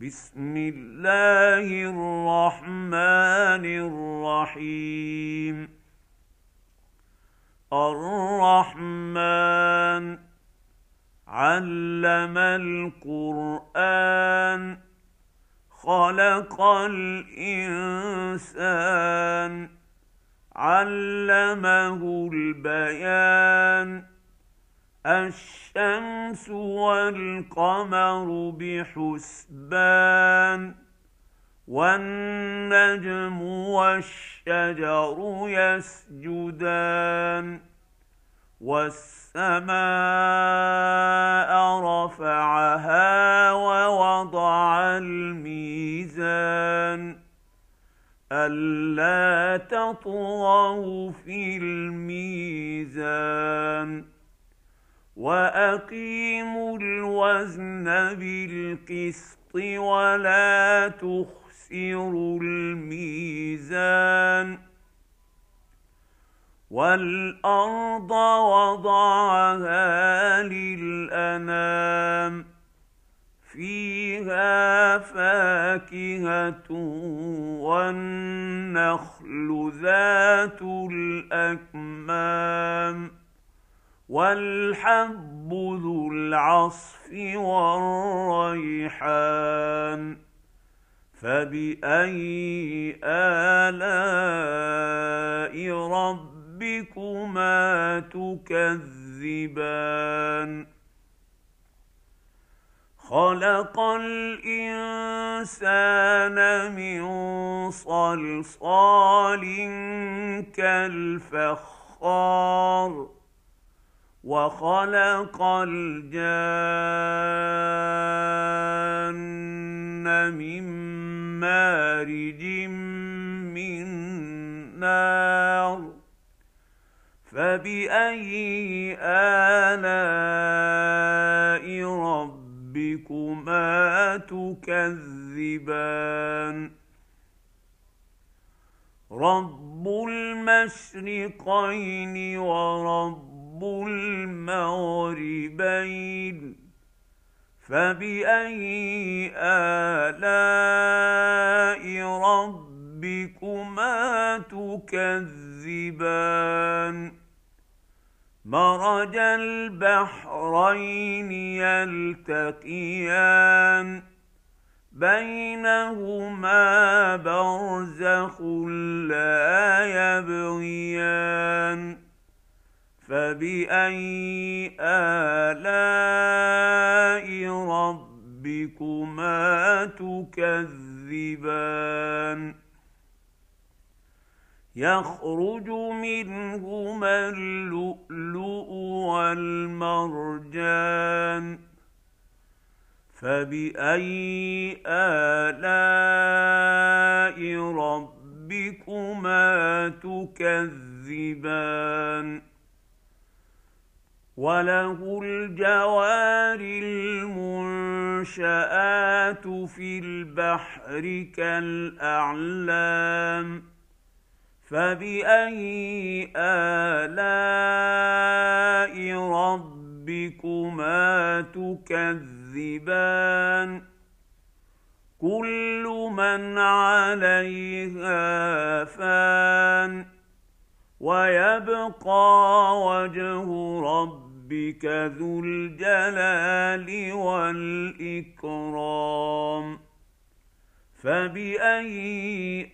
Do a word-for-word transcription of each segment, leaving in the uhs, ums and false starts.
بسم الله الرحمن الرحيم. الرحمن علم القرآن خلق الإنسان علمه البيان. الشمس والقمر بحسبان والنجم والشجر يسجدان والسماء رفعها ووضع الميزان ألا تطغوا في الميزان وأقيموا الوزن بالقسط ولا تخسروا الميزان. والأرض وضعها للأنام فيها فاكهة والنخل ذات الأكمام والحب ذو العصف والريحان. فبأي آلاء ربكما تكذبان؟ خلق الإنسان من صلصال كالفخار وخلق الجان من مارج من نار. فبأي آلاء ربكما تكذبان؟ رب المشرقين ورب المغربين. فبأي آلاء ربكما تكذبان؟ مرج البحرين يلتقيان بينهما برزخ لا يبغيان. فبأي آلاء ربكما تكذبان؟ يخرج منهما اللؤلؤ والمرجان. فبأي آلاء ربكما تكذبان؟ وله الجوار المنشآت في البحر كالأعلام. فبأي آلاء ربكما تكذبان؟ كل من عليها فان ويبقى وجه ربك ذو الجلال والإكرام. فبأي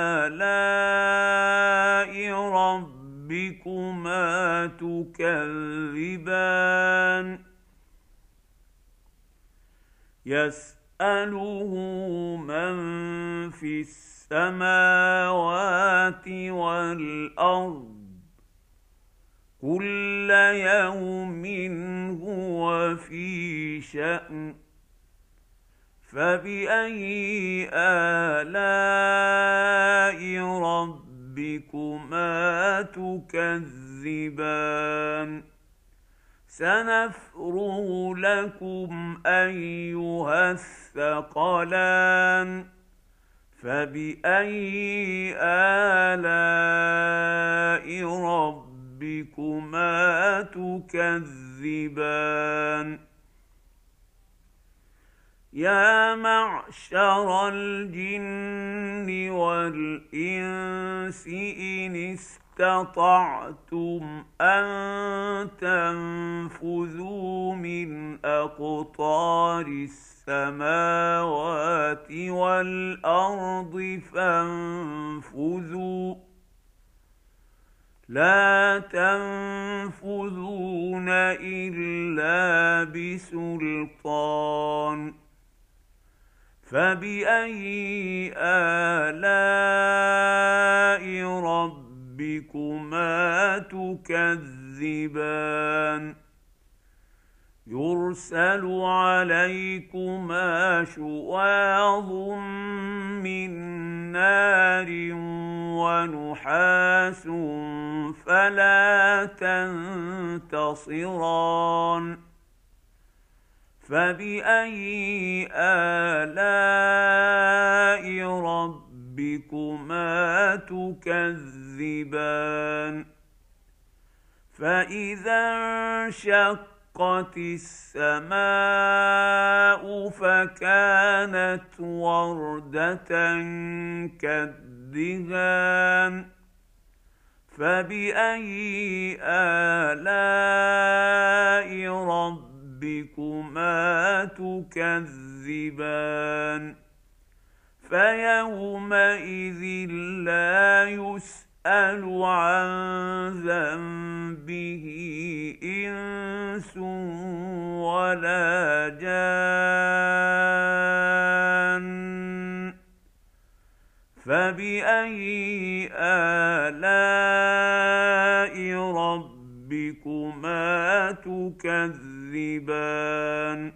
آلاء ربكما تكذبان؟ يسأله من في السماوات والأرض كل يوم هو في شأن. فبأي آلاء ربكما تكذبان؟ سنفرغ لكم أيها الثقلان. فبأي آلاء ربكما تكذبان؟ يا معشر الجن والإنس إن استطعتم أن تنفذوا من أقطار السماوات والأرض فانفذوا لا تنفذون إلا بسلطان فبأي آلاء ربكما تكذبان يرسل عليكما شواظ من نار ونحاس فلا تنتصران فبأي آلاء ربكما تكذبان فإذا انشقت السماء فكانت وردة كالدهان فبأي آلاء ربكما تكذبان فيومئذ لا يسأل عن ذنبه إنس ولا جان فبأي آلاء ربكما تكذبان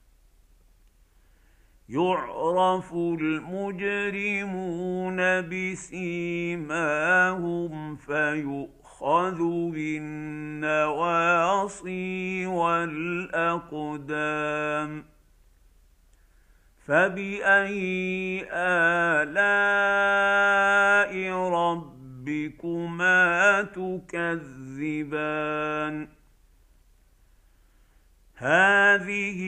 يعرف المجرمون بسيماهم فيؤخذ بالنواصي والأقدام فبأي آلاء ربكما تكذبان هذه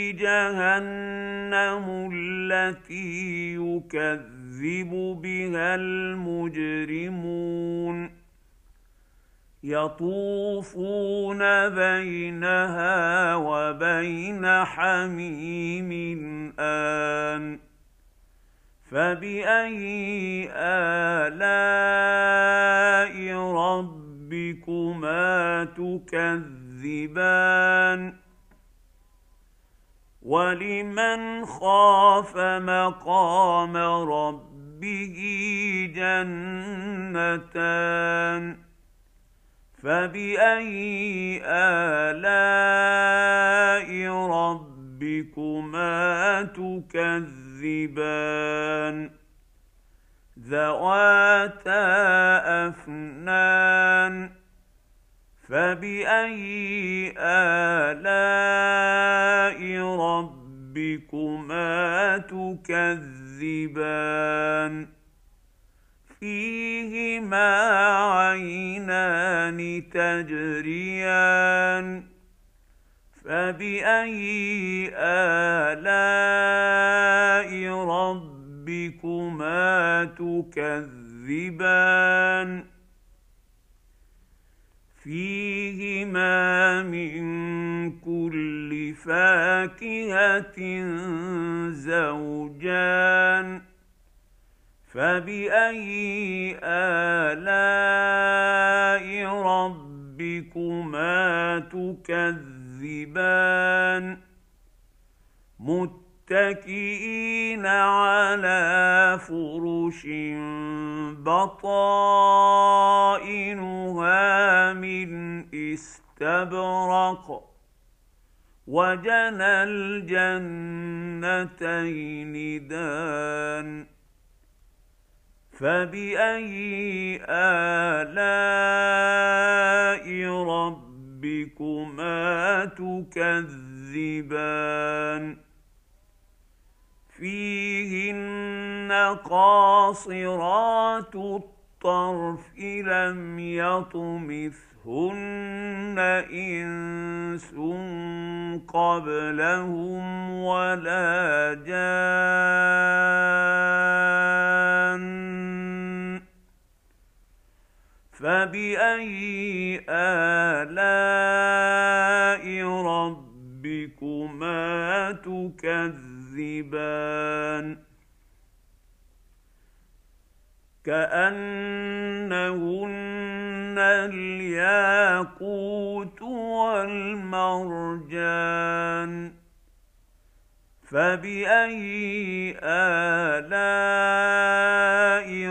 جهنم التي يكذب بها المجرمون يطوفون بينها وبين حميم آن فبأي آلاء ربكما تكذبان ولمن خاف مقام ربه جنتان فبأي آلاء ربكما تكذبان ذواتا أفنان فبأي آلاء ربكما تكذبان فيهما عينان تجريان فبأي آلاء ربكما تكذبان فيهما من كل فاكهة زوجان فبأي آلاء ربكما تكذبان متكئين على فرش بطائنها من استبرق وجنى الجنتين دان فبأي آلاء ربكما تكذبان فيهن قاصرات الطرف لم يطمثهن إنس قبلهم ولا جان فبأي آلاء ربكما تكذبان كأنهن الياقوت والمرجان فبأي آلاء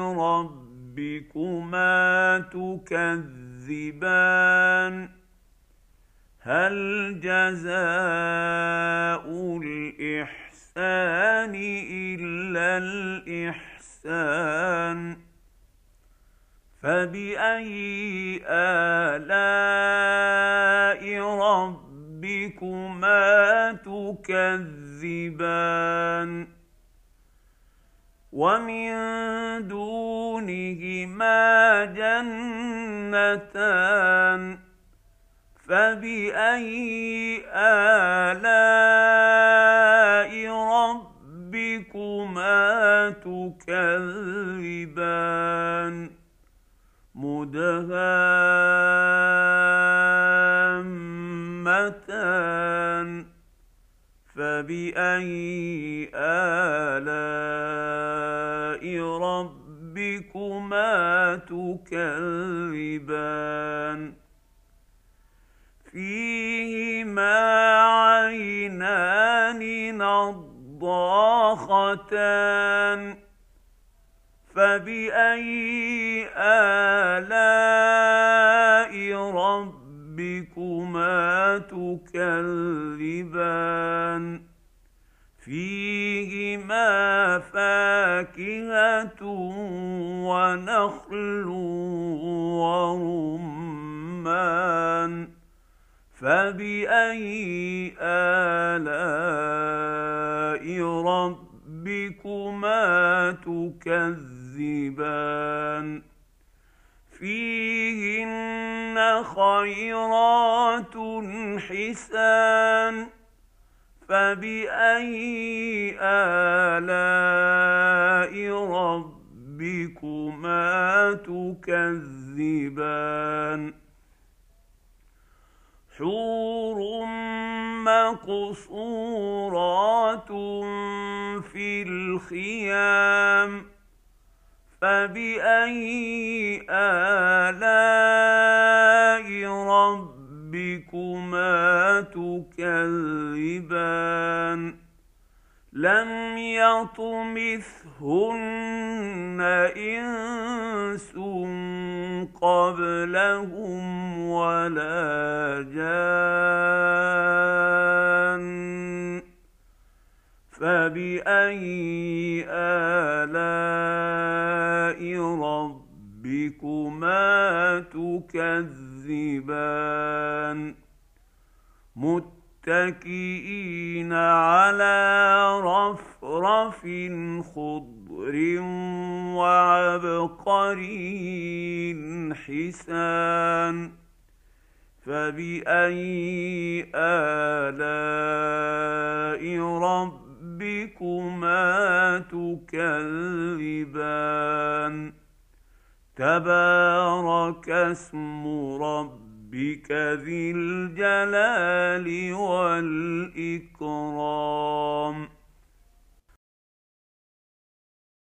ربكما تكذبان هل جزاء الإحسان إلا الإحسان فبأي آلاء ربكما تكذبان ومن دونهما جنتان فبأي آلاء ربكما تكذبان مدهامتان فبأي آلاء ربكما تكذبان فيهما عينان نضاختان فبأي آلاء ربكما تكذبان فيهما فاكهة ونخل ورمان فبأي آلاء ربكما تكذبان فيهن خيرات حسان فبأي آلاء ربكما تكذبان حور مقصورات في الخيام فبأي آلاء ربكما تكذبان لم يطمثهن إنس قبلهم ولا جان فبأي آلاء ربكما تكذبان متكئين على رفرف خضر وعبقري حسان فبأي آلاء ربكما تكذبان تبارك اسم ربك ذي الجلال والإكرام